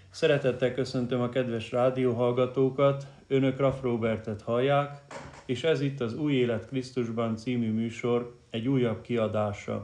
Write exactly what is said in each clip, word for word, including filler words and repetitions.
Szeretettel köszöntöm a kedves rádióhallgatókat, Önök Raff Róbertet hallják, és ez itt az Új Élet Krisztusban című műsor egy újabb kiadása.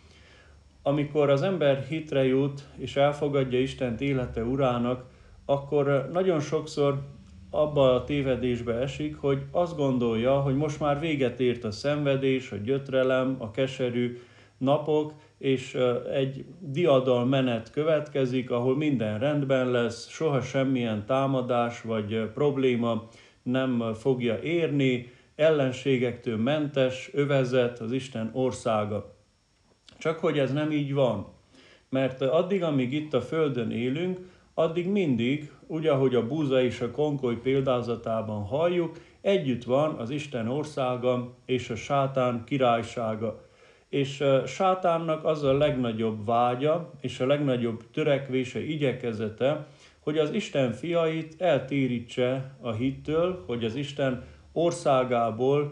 Amikor az ember hitre jut és elfogadja Istent élete urának, akkor nagyon sokszor abba a tévedésbe esik, hogy azt gondolja, hogy most már véget ért a szenvedés, a gyötrelem, a keserű napok, és egy diadalmenet következik, ahol minden rendben lesz, soha semmilyen támadás vagy probléma nem fogja érni, ellenségektől mentes övezet az Isten országa. Csak hogy ez nem így van, mert addig, amíg itt a Földön élünk, addig mindig, úgy ahogy a búza és a konkoly példázatában halljuk, együtt van az Isten országa és a sátán királysága. És sátánnak az a legnagyobb vágya és a legnagyobb törekvése, igyekezete, hogy az Isten fiait eltérítse a hittől, hogy az Isten országából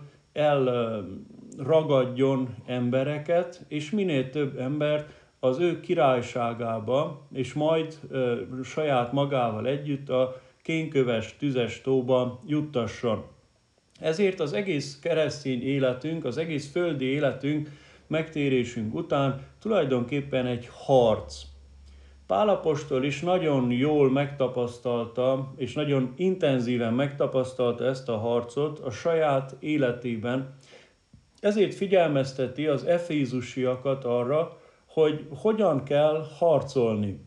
elragadjon embereket, és minél több embert az ő királyságába, és majd ö, saját magával együtt a kénköves tüzes tóba juttasson. Ezért az egész keresztény életünk, az egész földi életünk megtérésünk után tulajdonképpen egy harc. Pál apostol is nagyon jól megtapasztalta, és nagyon intenzíven megtapasztalta ezt a harcot a saját életében. Ezért figyelmezteti az efézusiakat arra, hogy hogyan kell harcolni.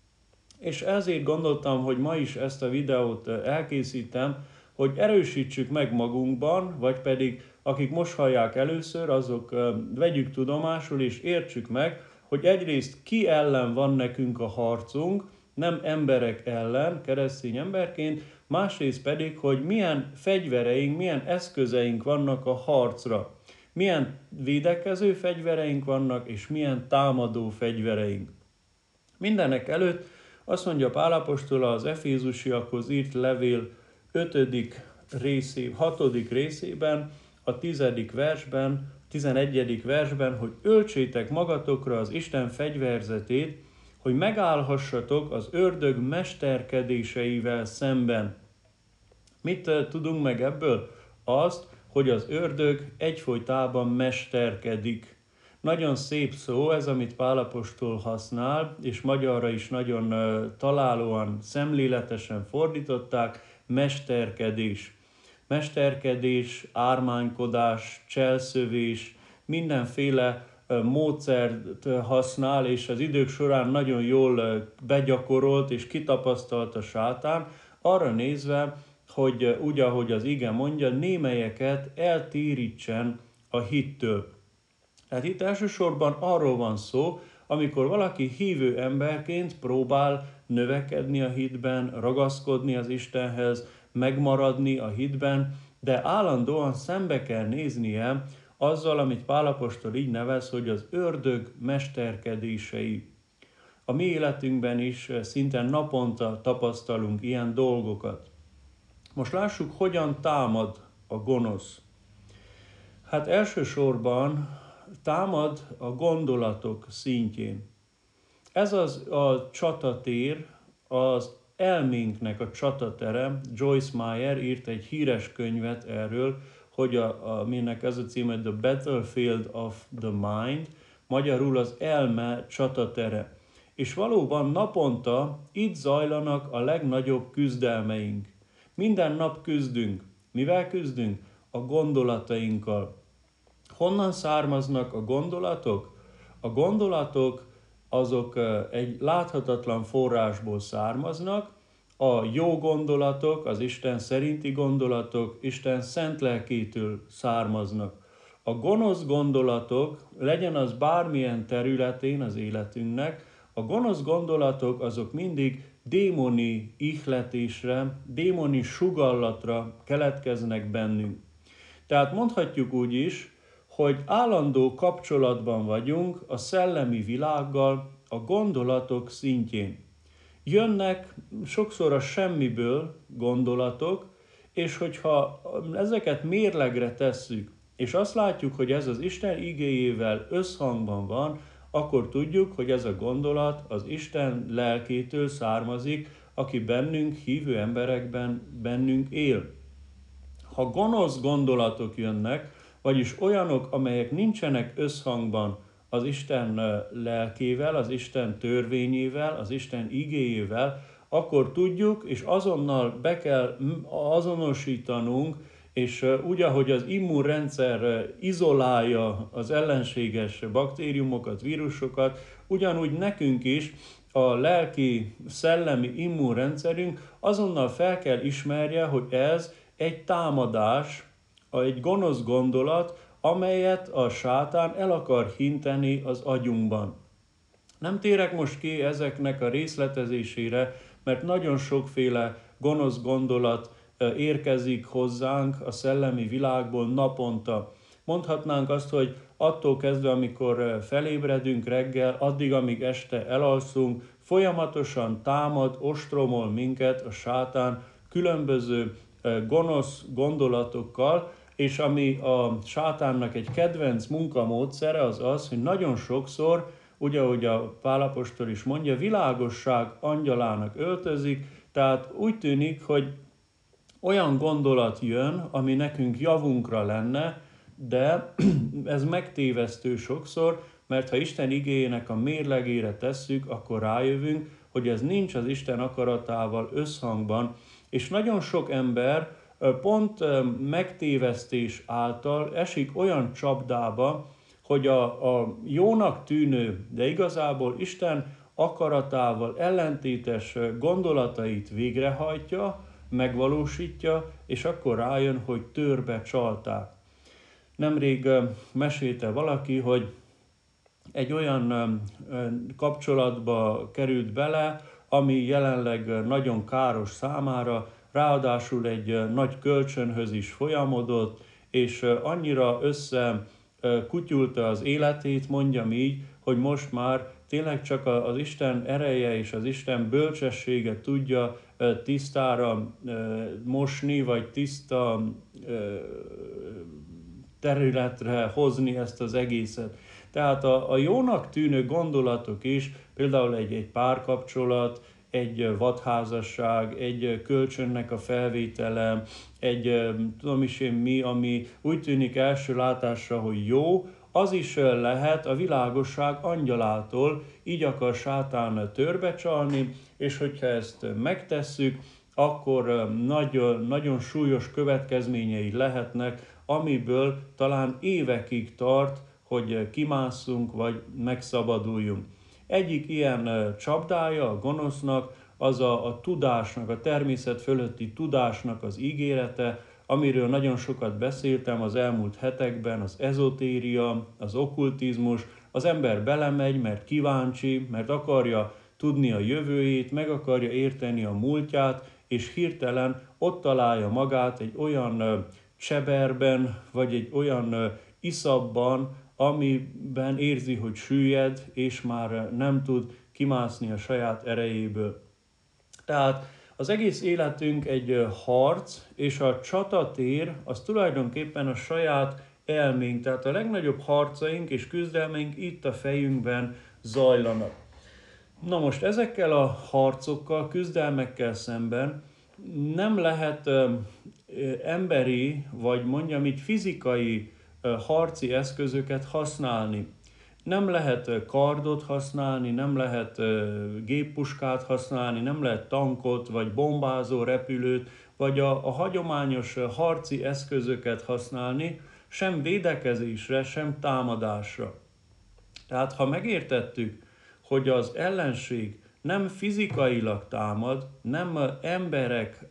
És ezért gondoltam, hogy ma is ezt a videót elkészítem, hogy erősítsük meg magunkban, vagy pedig akik most hallják először, azok vegyük tudomásul és értsük meg, hogy egyrészt ki ellen van nekünk a harcunk, nem emberek ellen, keresztény emberként, másrészt pedig, hogy milyen fegyvereink, milyen eszközeink vannak a harcra. Milyen védekező fegyvereink vannak, és milyen támadó fegyvereink. Mindenek előtt azt mondja Pál apostol az efézusiakhoz írt levél ötödik részé, hatodik részében, a tizedik versben, tizenegyedik versben, hogy öltsétek magatokra az Isten fegyverzetét, hogy megállhassatok az ördög mesterkedéseivel szemben. Mit tudunk meg ebből? Azt, hogy az ördög egyfolytában mesterkedik. Nagyon szép szó ez, amit Pál apostol használ, és magyarra is nagyon uh, találóan, szemléletesen fordították, mesterkedés. Mesterkedés, ármánykodás, cselszövés, mindenféle uh, módszert használ, és az idők során nagyon jól uh, begyakorolt és kitapasztalt a sátán, arra nézve, hogy úgy, ahogy az ige mondja, némelyeket eltérítsen a hittől. Tehát itt elsősorban arról van szó, amikor valaki hívő emberként próbál növekedni a hitben, ragaszkodni az Istenhez, megmaradni a hitben, de állandóan szembe kell néznie azzal, amit Pál apostol így nevez, hogy az ördög mesterkedései. A mi életünkben is szinte naponta tapasztalunk ilyen dolgokat. Most lássuk, hogyan támad a gonosz. Hát elsősorban támad a gondolatok szintjén. Ez az a csatatér, az elménknek a csatatere. Joyce Meyer írt egy híres könyvet erről, hogy a, a, minek ez a címe, The Battlefield of the Mind, magyarul az elme csatatere. És valóban naponta itt zajlanak a legnagyobb küzdelmeink. Minden nap küzdünk. Mivel küzdünk? A gondolatainkkal. Honnan származnak a gondolatok? A gondolatok azok egy láthatatlan forrásból származnak, a jó gondolatok, az Isten szerinti gondolatok, Isten szent lelkétől származnak. A gonosz gondolatok, legyen az bármilyen területén az életünknek, a gonosz gondolatok azok mindig démoni ihletésre, démoni sugallatra keletkeznek bennünk. Tehát mondhatjuk úgy is, hogy állandó kapcsolatban vagyunk a szellemi világgal, a gondolatok szintjén. Jönnek sokszor a semmiből gondolatok, és hogyha ezeket mérlegre tesszük, és azt látjuk, hogy ez az Isten igéjével összhangban van, akkor tudjuk, hogy ez a gondolat az Isten lelkétől származik, aki bennünk, hívő emberekben bennünk él. Ha gonosz gondolatok jönnek, vagyis olyanok, amelyek nincsenek összhangban az Isten lelkével, az Isten törvényével, az Isten igéjével, akkor tudjuk, és azonnal be kell azonosítanunk, és úgy, ahogy az immunrendszer izolálja az ellenséges baktériumokat, vírusokat, ugyanúgy nekünk is a lelki, szellemi immunrendszerünk azonnal fel kell ismerje, hogy ez egy támadás, egy gonosz gondolat, amelyet a sátán el akar hinteni az agyunkban. Nem térek most ki ezeknek a részletezésére, mert nagyon sokféle gonosz gondolat érkezik hozzánk a szellemi világból naponta. Mondhatnánk azt, hogy attól kezdve, amikor felébredünk reggel, addig, amíg este elalszunk, folyamatosan támad, ostromol minket a sátán különböző gonosz gondolatokkal, és ami a sátánnak egy kedvenc munkamódszere az az, hogy nagyon sokszor, ugye ahogy a Pál apostol is mondja, világosság angyalának öltözik, tehát úgy tűnik, hogy olyan gondolat jön, ami nekünk javunkra lenne, de ez megtévesztő sokszor, mert ha Isten igéjének a mérlegére tesszük, akkor rájövünk, hogy ez nincs az Isten akaratával összhangban, és nagyon sok ember pont megtévesztés által esik olyan csapdába, hogy a, a jónak tűnő, de igazából Isten akaratával ellentétes gondolatait végrehajtja, megvalósítja, és akkor rájön, hogy törbe csalták. Nemrég mesélte valaki, hogy egy olyan kapcsolatba került bele, ami jelenleg nagyon káros számára, ráadásul egy nagy kölcsönhöz is folyamodott, és annyira összekutyulta az életét, mondjam így, hogy most már tényleg csak az Isten ereje és az Isten bölcsessége tudja tisztára mosni, vagy tiszta területre hozni ezt az egészet. Tehát a, a jónak tűnő gondolatok is, például egy, egy párkapcsolat, egy vadházasság, egy kölcsönnek a felvétele, egy tudom is én mi, ami úgy tűnik első látásra, hogy jó, az is lehet a világosság angyalától, így akar sátán törbecsalni, és hogyha ezt megtesszük, akkor nagyon, nagyon súlyos következményei lehetnek, amiből talán évekig tart, hogy kimásszunk, vagy megszabaduljunk. Egyik ilyen csapdája a gonosznak az a, a tudásnak, a természet fölötti tudásnak az ígérete, amiről nagyon sokat beszéltem az elmúlt hetekben, az ezotéria, az okkultizmus. Az ember belemegy, mert kíváncsi, mert akarja tudni a jövőjét, meg akarja érteni a múltját, és hirtelen ott találja magát egy olyan cseberben, vagy egy olyan iszapban, amiben érzi, hogy süllyed, és már nem tud kimászni a saját erejéből. Tehát az egész életünk egy harc, és a csatatér az tulajdonképpen a saját elménk, tehát a legnagyobb harcaink és küzdelmeink itt a fejünkben zajlanak. Na most ezekkel a harcokkal, küzdelmekkel szemben nem lehet ö, emberi, vagy mondjam így fizikai ö, harci eszközöket használni. Nem lehet kardot használni, nem lehet ö, géppuskát használni, nem lehet tankot, vagy bombázó repülőt, vagy a, a hagyományos harci eszközöket használni, sem védekezésre, sem támadásra. Tehát ha megértettük, hogy az ellenség nem fizikailag támad, nem emberek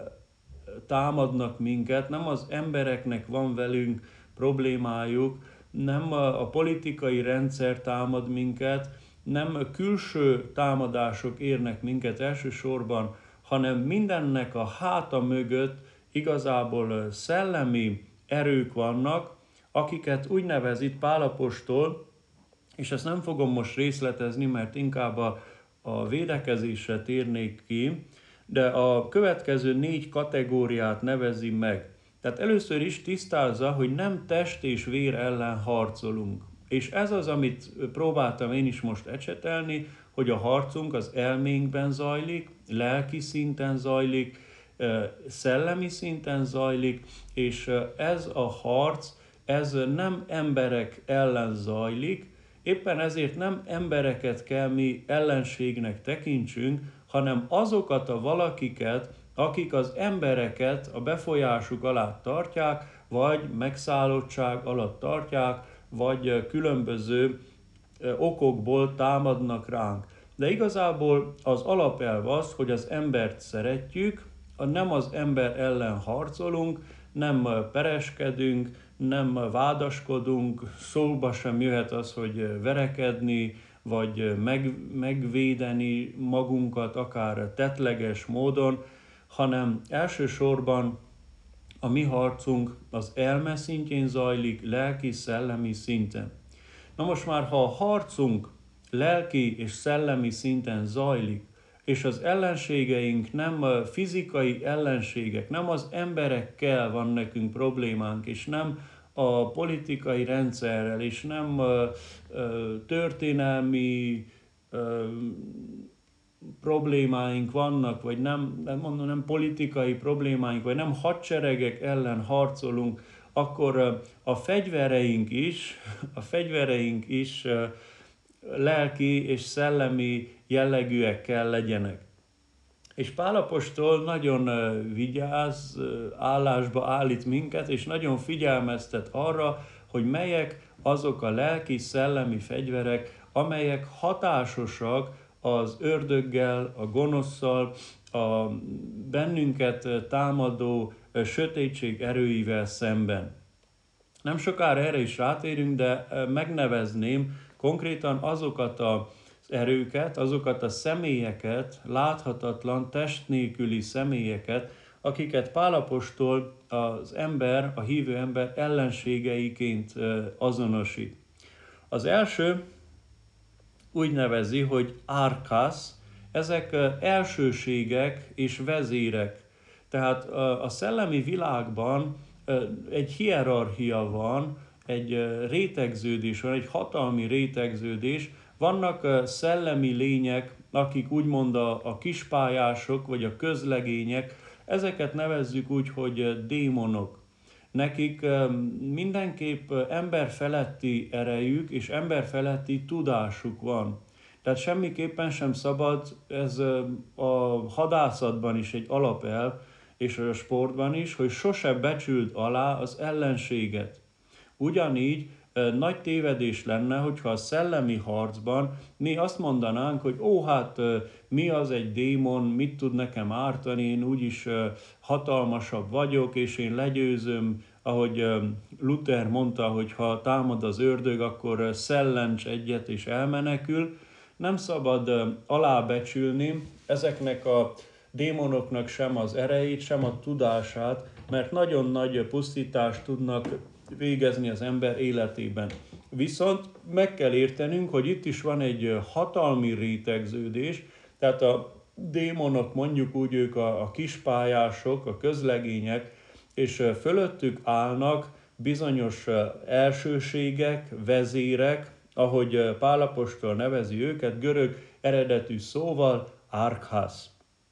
támadnak minket, nem az embereknek van velünk problémájuk, nem a politikai rendszer támad minket, nem külső támadások érnek minket elsősorban, hanem mindennek a háta mögött igazából szellemi erők vannak, akiket úgy nevez itt Pál apostol, és ezt nem fogom most részletezni, mert inkább a, a védekezésre térnék ki, de a következő négy kategóriát nevezi meg. Tehát először is tisztázza, hogy nem test és vér ellen harcolunk. És ez az, amit próbáltam én is most ecsetelni, hogy a harcunk az elménkben zajlik, lelki szinten zajlik, szellemi szinten zajlik, és ez a harc, ez nem emberek ellen zajlik, éppen ezért nem embereket kell mi ellenségnek tekintsünk, hanem azokat a valakiket, akik az embereket a befolyásuk alatt tartják, vagy megszállottság alatt tartják, vagy különböző okokból támadnak ránk. De igazából az alapelv az, hogy az embert szeretjük, nem az ember ellen harcolunk, nem pereskedünk, nem vádaskodunk, szóba sem jöhet az, hogy verekedni, vagy meg, megvédeni magunkat akár tettleges módon, hanem elsősorban a mi harcunk az elme szintjén zajlik, lelki-szellemi szinten. Na most már, ha a harcunk lelki és szellemi szinten zajlik, és az ellenségeink nem fizikai ellenségek, nem az emberekkel van nekünk problémánk, és nem a politikai rendszerrel, és nem történelmi problémáink vannak, vagy nem, nem mondom, nem politikai problémáink, vagy nem hadseregek ellen harcolunk, akkor a fegyvereink is, a fegyvereink is lelki és szellemi jellegűek kell legyenek. És Pál apostol nagyon vigyáz, állásba állít minket, és nagyon figyelmeztet arra, hogy melyek azok a lelki-szellemi fegyverek, amelyek hatásosak az ördöggel, a gonoszszal, a bennünket támadó sötétség erőivel szemben. Nem sokára erre is rátérünk, de megnevezném konkrétan azokat az erőket, azokat a személyeket, láthatatlan, test nélküli személyeket, akiket Pál apostol az ember, a hívő ember ellenségeiként azonosít. Az első úgy nevezi, hogy árkász, ezek elsőségek és vezérek. Tehát a szellemi világban egy hierarchia van, egy rétegződés van, egy hatalmi rétegződés. Vannak szellemi lények, akik úgymond a, a kispályások vagy a közlegények, ezeket nevezzük úgy, hogy démonok. Nekik mindenképp emberfeletti erejük és emberfeletti tudásuk van. Tehát semmiképpen sem szabad, ez a hadászatban is egy alapelv, és a sportban is, hogy sose becsüld alá az ellenséget. Ugyanígy nagy tévedés lenne, hogyha a szellemi harcban mi azt mondanánk, hogy ó, hát mi az egy démon, mit tud nekem ártani, én úgyis hatalmasabb vagyok, és én legyőzöm, ahogy Luther mondta, hogy ha támad az ördög, akkor szellents egyet és elmenekül. Nem szabad alábecsülni ezeknek a démonoknak sem az erejét, sem a tudását, mert nagyon nagy pusztítást tudnak végezni az ember életében. Viszont meg kell értenünk, hogy itt is van egy hatalmi rétegződés, tehát a démonok, mondjuk úgy ők a, a kispályások, a közlegények, és fölöttük állnak bizonyos elsőségek, vezérek, ahogy Pál apostol nevezi őket, görög eredetű szóval árkász.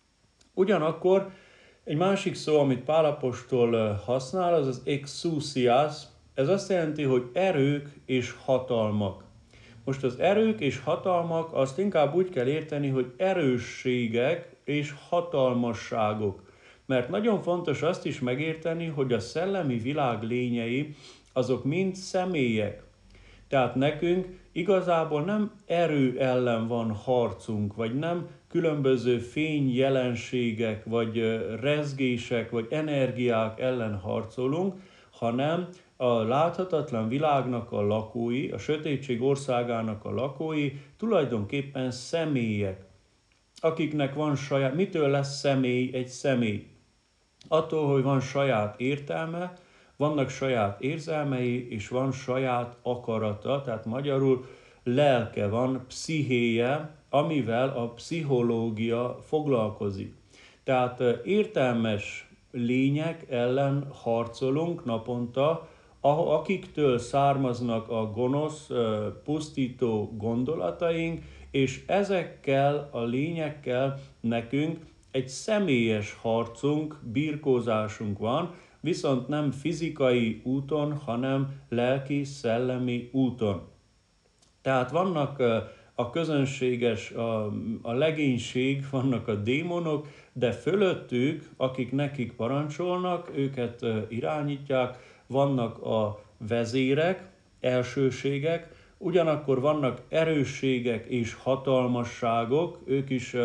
Ugyanakkor egy másik szó, amit Pál apostol használ, az az exousias, ez azt jelenti, hogy erők és hatalmak. Most az erők és hatalmak azt inkább úgy kell érteni, hogy erősségek és hatalmasságok. Mert nagyon fontos azt is megérteni, hogy a szellemi világ lényei, azok mind személyek. Tehát nekünk igazából nem erő ellen van harcunk, vagy nem különböző fényjelenségek, vagy rezgések, vagy energiák ellen harcolunk, hanem a láthatatlan világnak a lakói, a sötétség országának a lakói tulajdonképpen személyek, akiknek van saját, mitől lesz személy egy személy? Attól, hogy van saját értelme, vannak saját érzelmei, és van saját akarata, tehát magyarul lelke van, pszichéje, amivel a pszichológia foglalkozik. Tehát értelmes lények ellen harcolunk naponta, akiktől származnak a gonosz, pusztító gondolataink, és ezekkel a lényekkel nekünk egy személyes harcunk, birkózásunk van, viszont nem fizikai úton, hanem lelki, szellemi úton. Tehát vannak a közönséges, a, a legénység, vannak a démonok, de fölöttük, akik nekik parancsolnak, őket irányítják, vannak a vezérek, elsőségek, ugyanakkor vannak erősségek és hatalmasságok, ők is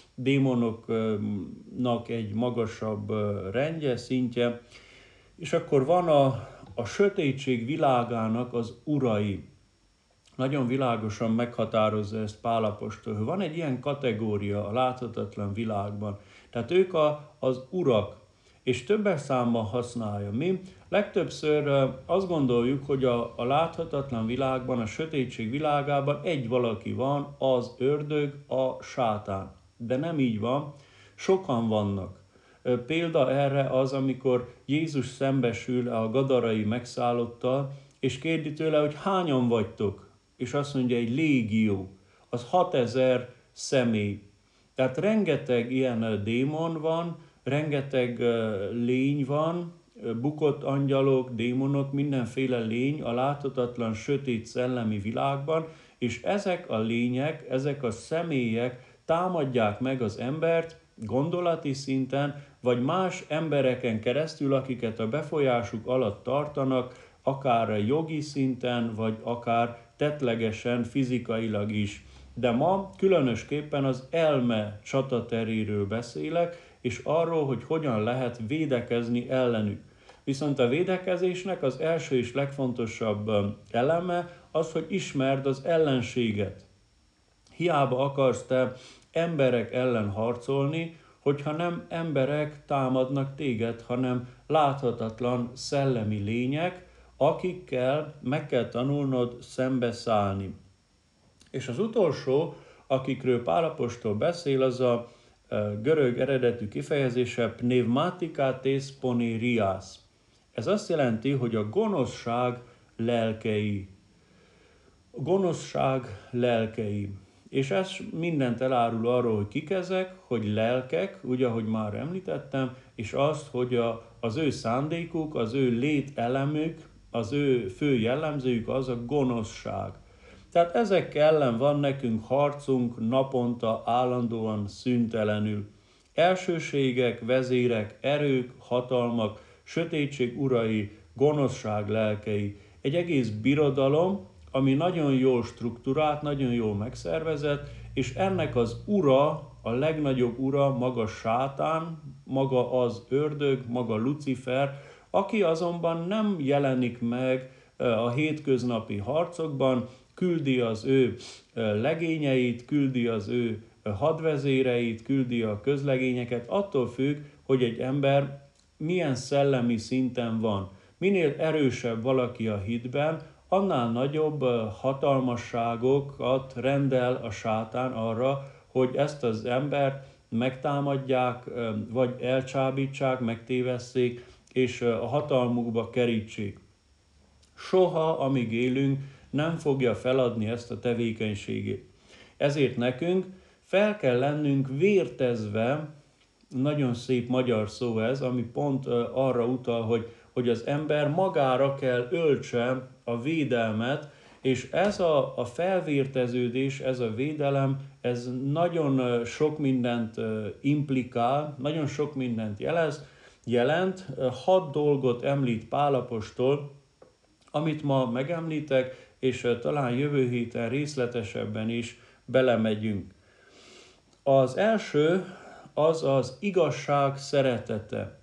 démonoknak egy magasabb rendje, szintje, és akkor van a, a sötétség világának az urai. Nagyon világosan meghatározza ezt Pál apostol. Van egy ilyen kategória a láthatatlan világban. Tehát ők a, az urak, és többes számban használja. Mi legtöbbször azt gondoljuk, hogy a, a láthatatlan világban, a sötétség világában egy valaki van, az ördög, a sátán. De nem így van, sokan vannak. Példa erre az, amikor Jézus szembesül a gadarai megszállottal, és kérdi tőle, hogy hányan vagytok? És azt mondja, egy légió, az hatezer személy. Tehát rengeteg ilyen démon van, rengeteg lény van, bukott angyalok, démonok, mindenféle lény a láthatatlan, sötét szellemi világban, és ezek a lények, ezek a személyek támadják meg az embert gondolati szinten, vagy más embereken keresztül, akiket a befolyásuk alatt tartanak, akár jogi szinten, vagy akár tettlegesen, fizikailag is. De ma különösképpen az elme csatateréről beszélek, és arról, hogy hogyan lehet védekezni ellenük. Viszont a védekezésnek az első és legfontosabb eleme az, hogy ismerd az ellenséget. Hiába akarsz te emberek ellen harcolni, hogyha nem emberek támadnak téged, hanem láthatatlan szellemi lények, akikkel meg kell tanulnod szembeszállni. És az utolsó, akikről Pál apostol beszél, az a görög eredetű kifejezése pneumatikátész ponériás. Ez azt jelenti, hogy a gonoszság lelkei. A gonoszság lelkei. És ez mindent elárul arról, hogy kik ezek, hogy lelkek, ugye, ahogy már említettem, és azt, hogy a, az ő szándékuk, az ő lételemük, az ő fő jellemzőjük az a gonoszság. Tehát ezek ellen van nekünk harcunk naponta, állandóan, szüntelenül. Elsőségek, vezérek, erők, hatalmak, sötétség urai, gonoszság lelkei. Egy egész birodalom, ami nagyon jól struktúrált, nagyon jól megszervezett, és ennek az ura, a legnagyobb ura maga sátán, maga az ördög, maga Lucifer, aki azonban nem jelenik meg a hétköznapi harcokban, küldi az ő legényeit, küldi az ő hadvezéreit, küldi a közlegényeket, attól függ, hogy egy ember milyen szellemi szinten van. Minél erősebb valaki a hitben, annál nagyobb hatalmasságokat rendel a sátán arra, hogy ezt az embert megtámadják, vagy elcsábítsák, megtévesszék, és a hatalmukba kerítsék. Soha, amíg élünk, nem fogja feladni ezt a tevékenységét. Ezért nekünk fel kell lennünk vértezve, nagyon szép magyar szó ez, ami pont arra utal, hogy, hogy az ember magára kell öltse a védelmet, és ez a, a felvérteződés, ez a védelem, ez nagyon sok mindent implikál, nagyon sok mindent jelez, jelent. Hat dolgot említ Pál apostol, amit ma megemlítek, és talán jövő héten részletesebben is belemegyünk. Az első az az igazság szeretete.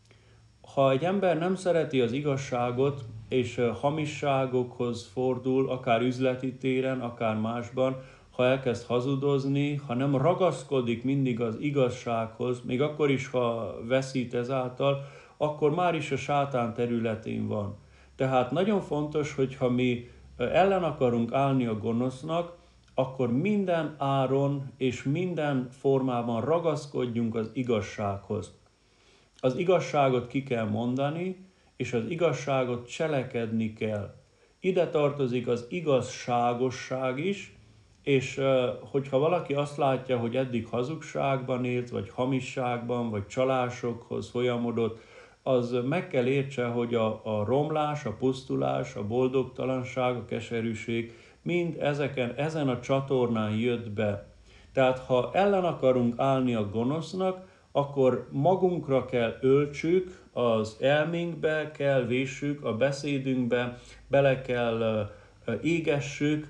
Ha egy ember nem szereti az igazságot, és hamisságokhoz fordul, akár üzleti téren, akár másban, ha elkezd hazudozni, ha nem ragaszkodik mindig az igazsághoz, még akkor is, ha veszít ezáltal, akkor már is a sátán területén van. Tehát nagyon fontos, hogy ha mi ellen akarunk állni a gonosznak, akkor minden áron és minden formában ragaszkodjunk az igazsághoz. Az igazságot ki kell mondani, és az igazságot cselekedni kell. Ide tartozik az igazságosság is, és hogyha valaki azt látja, hogy eddig hazugságban élt, vagy hamisságban, vagy csalásokhoz folyamodott, az meg kell értse, hogy a, a romlás, a pusztulás, a boldogtalanság, a keserűség mind ezeken, ezen a csatornán jött be. Tehát ha ellen akarunk állni a gonosznak, akkor magunkra kell öltsük, az elménkbe kell véssük, a beszédünkbe bele kell égessük,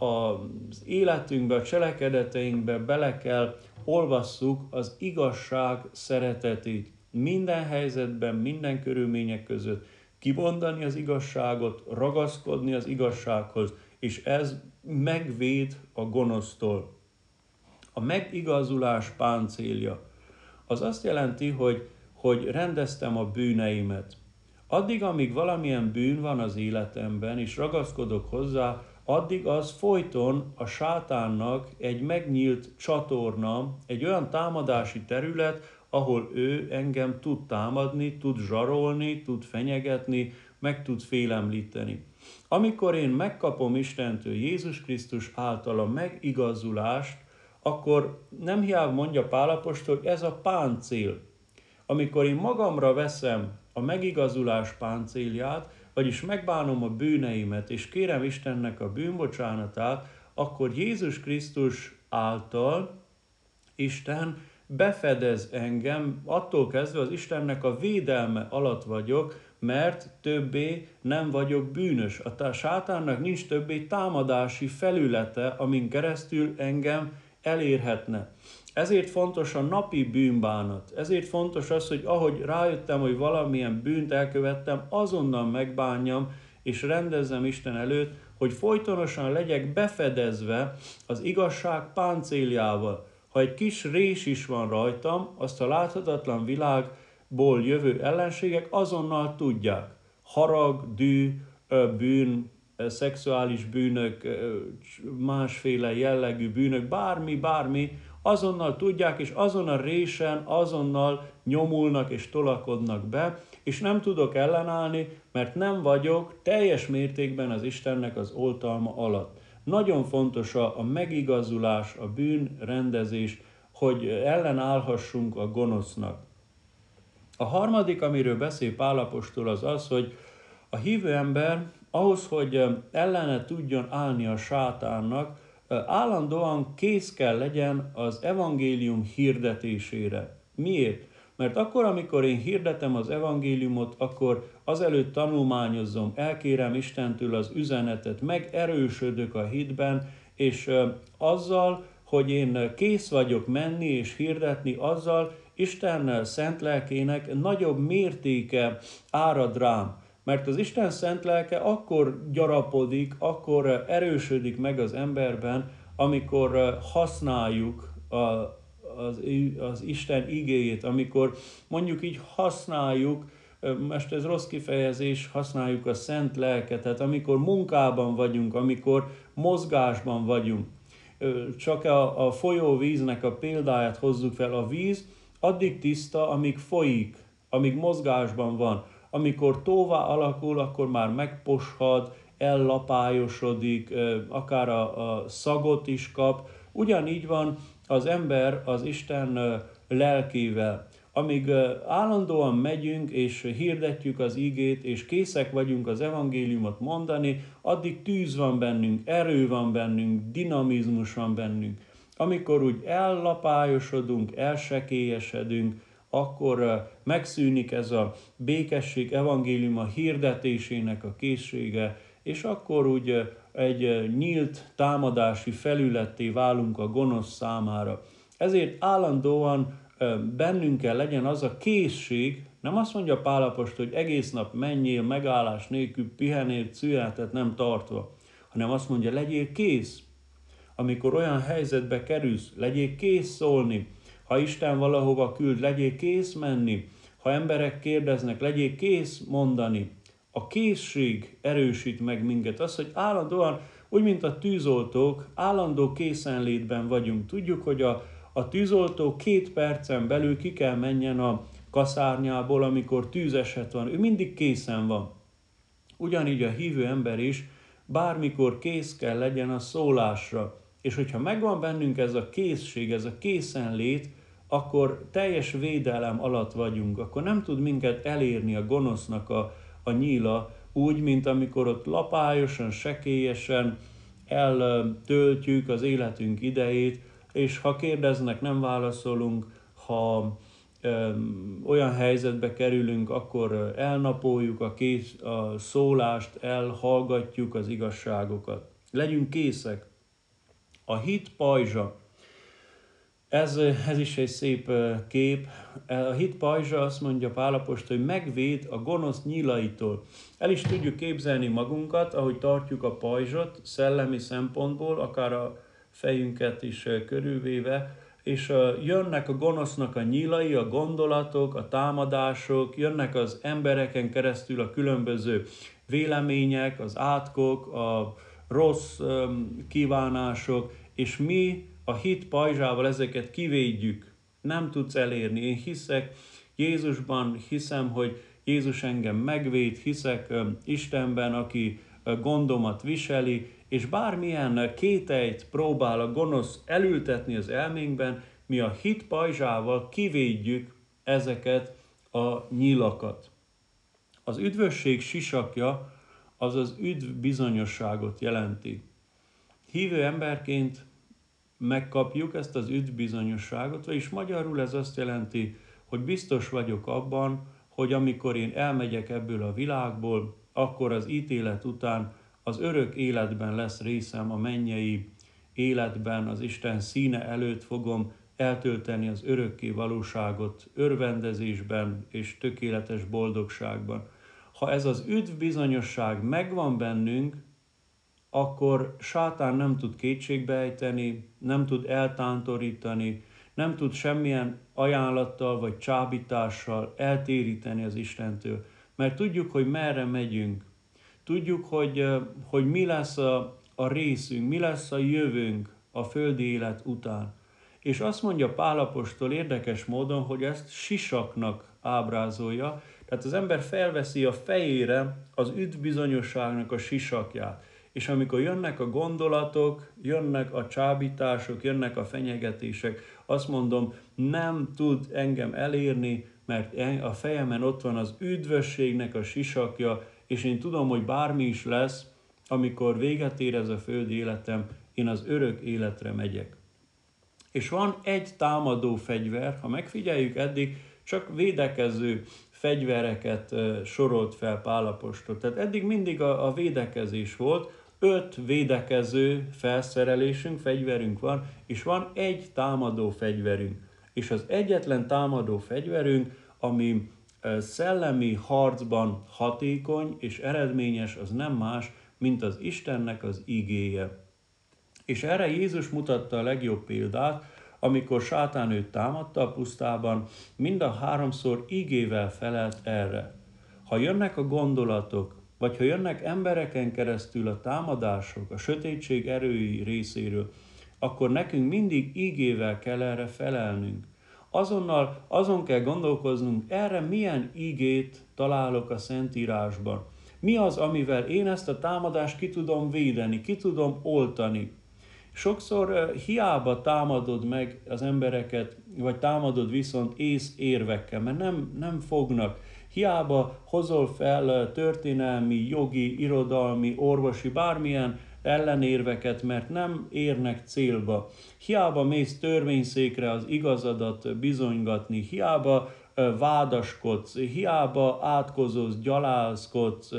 az életünkbe, a cselekedeteinkbe bele kell olvasszuk az igazság szeretetét. Minden helyzetben, minden körülmények között kimondani az igazságot, ragaszkodni az igazsághoz, és ez megvéd a gonosztól. A megigazulás páncélja az azt jelenti, hogy, hogy rendeztem a bűneimet. Addig, amíg valamilyen bűn van az életemben, és ragaszkodok hozzá, addig az folyton a sátánnak egy megnyílt csatorna, egy olyan támadási terület, ahol ő engem tud támadni, tud zsarolni, tud fenyegetni, meg tud félemlíteni. Amikor én megkapom Istentől, Jézus Krisztus által a megigazulást, akkor nem hiába mondja Pál apostol, hogy ez a páncél. Amikor én magamra veszem a megigazulás páncélját, vagyis megbánom a bűneimet, és kérem Istennek a bűnbocsánatát, akkor Jézus Krisztus által Isten befedez engem, attól kezdve az Istennek a védelme alatt vagyok, mert többé nem vagyok bűnös. A sátánnak nincs többé támadási felülete, amin keresztül engem elérhetne. Ezért fontos a napi bűnbánat. Ezért fontos az, hogy ahogy rájöttem, hogy valamilyen bűnt elkövettem, azonnal megbánjam, és rendezzem Isten előtt, hogy folytonosan legyek befedezve az igazság páncéljával. Ha egy kis rés is van rajtam, azt a láthatatlan világból jövő ellenségek azonnal tudják. Harag, dű, bűn, szexuális bűnök, másféle jellegű bűnök, bármi, bármi, azonnal tudják, és azon a résen azonnal nyomulnak és tolakodnak be, és nem tudok ellenállni, mert nem vagyok teljes mértékben az Istennek az oltalma alatt. Nagyon fontos a megigazulás, a bűnrendezés, hogy ellenállhassunk a gonosznak. A harmadik, amiről beszél Pál apostol, az az, hogy a hívő ember ahhoz, hogy ellene tudjon állni a sátánnak, állandóan kész kell legyen az evangélium hirdetésére. Miért? Mert akkor, amikor én hirdetem az evangéliumot, akkor azelőtt tanulmányozom, elkérem Istentől az üzenetet, megerősödök a hitben, és azzal, hogy én kész vagyok menni és hirdetni, azzal Isten szent lelkének nagyobb mértéke árad rám. Mert az Isten szent lelke akkor gyarapodik, akkor erősödik meg az emberben, amikor használjuk a, az, az Isten igéjét, amikor mondjuk így használjuk, most ez rossz kifejezés, használjuk a szent lelket, tehát amikor munkában vagyunk, amikor mozgásban vagyunk. Csak a, a folyóvíznek a példáját hozzuk fel, a víz addig tiszta, amíg folyik, amíg mozgásban van. Amikor tóvá alakul, akkor már megposhad, ellapályosodik, akár a, a szagot is kap. Ugyanígy van az ember az Isten lelkével. Amíg állandóan megyünk és hirdetjük az igét, és készek vagyunk az evangéliumot mondani, addig tűz van bennünk, erő van bennünk, dinamizmus van bennünk. Amikor úgy ellapályosodunk, elsekélyesedünk, akkor megszűnik ez a békesség evangéliuma hirdetésének a készsége, és akkor úgy egy nyílt támadási felületté válunk a gonosz számára. Ezért állandóan bennünk kell legyen az a készség, nem azt mondja Pál apostol, hogy egész nap menjél, megállás nélkül, pihenél, szünetet nem tartva, hanem azt mondja, legyél kész. Amikor olyan helyzetbe kerülsz, legyél kész szólni. Ha Isten valahova küld, legyél kész menni. Ha emberek kérdeznek, legyél kész mondani. A készség erősít meg minket. Az, hogy állandóan, úgy mint a tűzoltók, állandó készenlétben vagyunk. Tudjuk, hogy a, a tűzoltó két percen belül ki kell menjen a kaszárnyából, amikor tűzeset van. Ő mindig készen van. Ugyanígy a hívő ember is bármikor kész kell legyen a szólásra. És hogyha megvan bennünk ez a készség, ez a készenlét, akkor teljes védelem alatt vagyunk, akkor nem tud minket elérni a gonosznak a, a nyíla, úgy, mint amikor ott lapályosan, sekélyesen eltöltjük az életünk idejét, és ha kérdeznek, nem válaszolunk, ha ö, olyan helyzetbe kerülünk, akkor elnapoljuk a, kész, a szólást, elhallgatjuk az igazságokat. Legyünk készek. A hit pajzsa. Ez, ez is egy szép kép. A hit pajzsa, azt mondja Pál apostol, hogy megvéd a gonosz nyílaitól. El is tudjuk képzelni magunkat, ahogy tartjuk a pajzsot, szellemi szempontból, akár a fejünket is körülvéve, és jönnek a gonosznak a nyílai, a gondolatok, a támadások, jönnek az embereken keresztül a különböző vélemények, az átkok, a rossz kívánások, és mi a hit pajzsával ezeket kivédjük. Nem tudsz elérni. Én hiszek Jézusban, hiszem, hogy Jézus engem megvéd, hiszek Istenben, aki gondomat viseli, és bármilyen kételyt próbál a gonosz elültetni az elménkben, mi a hit pajzsával kivédjük ezeket a nyílakat. Az üdvösség sisakja az az üdv bizonyosságot jelenti. Hívő emberként megkapjuk ezt az üdv bizonyosságot, vagyis magyarul ez azt jelenti, hogy biztos vagyok abban, hogy amikor én elmegyek ebből a világból, akkor az ítélet után az örök életben lesz részem, a mennyei életben, az Isten színe előtt fogom eltölteni az örökké valóságot örvendezésben és tökéletes boldogságban. Ha ez az üdv bizonyosság megvan bennünk, akkor sátán nem tud kétségbe ejteni, nem tud eltántorítani, nem tud semmilyen ajánlattal vagy csábítással eltéríteni az Istentől. Mert tudjuk, hogy merre megyünk. Tudjuk, hogy, hogy mi lesz a, a részünk, mi lesz a jövőnk a földi élet után. És azt mondja Pál apostol érdekes módon, hogy ezt sisaknak ábrázolja. Tehát az ember felveszi a fejére az üdvbizonyosságnak a sisakját. És amikor jönnek a gondolatok, jönnek a csábítások, jönnek a fenyegetések, azt mondom, nem tud engem elérni, mert a fejemen ott van az üdvösségnek a sisakja, és én tudom, hogy bármi is lesz, amikor véget ér ez a földi életem, én az örök életre megyek. És van egy támadó fegyver, ha megfigyeljük eddig, csak védekező fegyvereket sorolt fel Pál apostol. Tehát eddig mindig a, a védekezés volt, öt védekező felszerelésünk, fegyverünk van, és van egy támadó fegyverünk. És az egyetlen támadó fegyverünk, ami szellemi harcban hatékony és eredményes, az nem más, mint az Istennek az igéje. És erre Jézus mutatta a legjobb példát, amikor sátán őt támadta a pusztában, mind a háromszor igével felelt erre. Ha jönnek a gondolatok, vagy ha jönnek embereken keresztül a támadások, a sötétség erői részéről, akkor nekünk mindig igével kell erre felelnünk. Azonnal azon kell gondolkoznunk, erre milyen igét találok a Szentírásban. Mi az, amivel én ezt a támadást ki tudom védeni, ki tudom oltani. Sokszor hiába támadod meg az embereket, vagy támadod viszont ész érvekkel, mert nem, nem fognak. Hiába hozol fel történelmi, jogi, irodalmi, orvosi, bármilyen ellenérveket, mert nem érnek célba. Hiába mész törvényszékre az igazadat bizonygatni, hiába vádaskodsz, hiába átkozolsz, gyalázkodsz,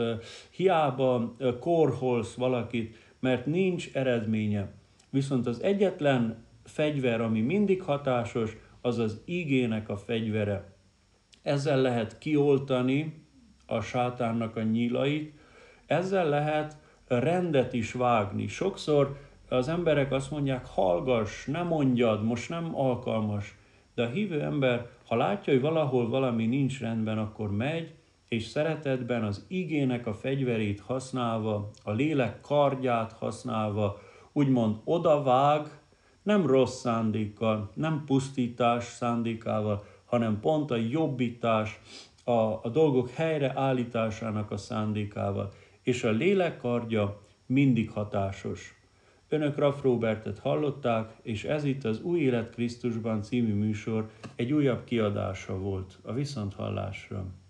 hiába korholsz valakit, mert nincs eredménye. Viszont az egyetlen fegyver, ami mindig hatásos, az az igének a fegyvere. Ezzel lehet kioltani a sátánnak a nyílait, ezzel lehet rendet is vágni. Sokszor az emberek azt mondják, hallgass, ne mondjad, most nem alkalmas. De a hívő ember, ha látja, hogy valahol valami nincs rendben, akkor megy, és szeretetben az igének a fegyverét használva, a lélek kardját használva, úgymond odavág, nem rossz szándékkal, nem pusztítás szándékával, hanem pont a jobbítás, a, a dolgok helyreállításának a szándékával. És a lélek kardja mindig hatásos. Önök Raff Robertet hallották, és ez itt az Új Élet Krisztusban című műsor egy újabb kiadása volt. A viszonthallásra.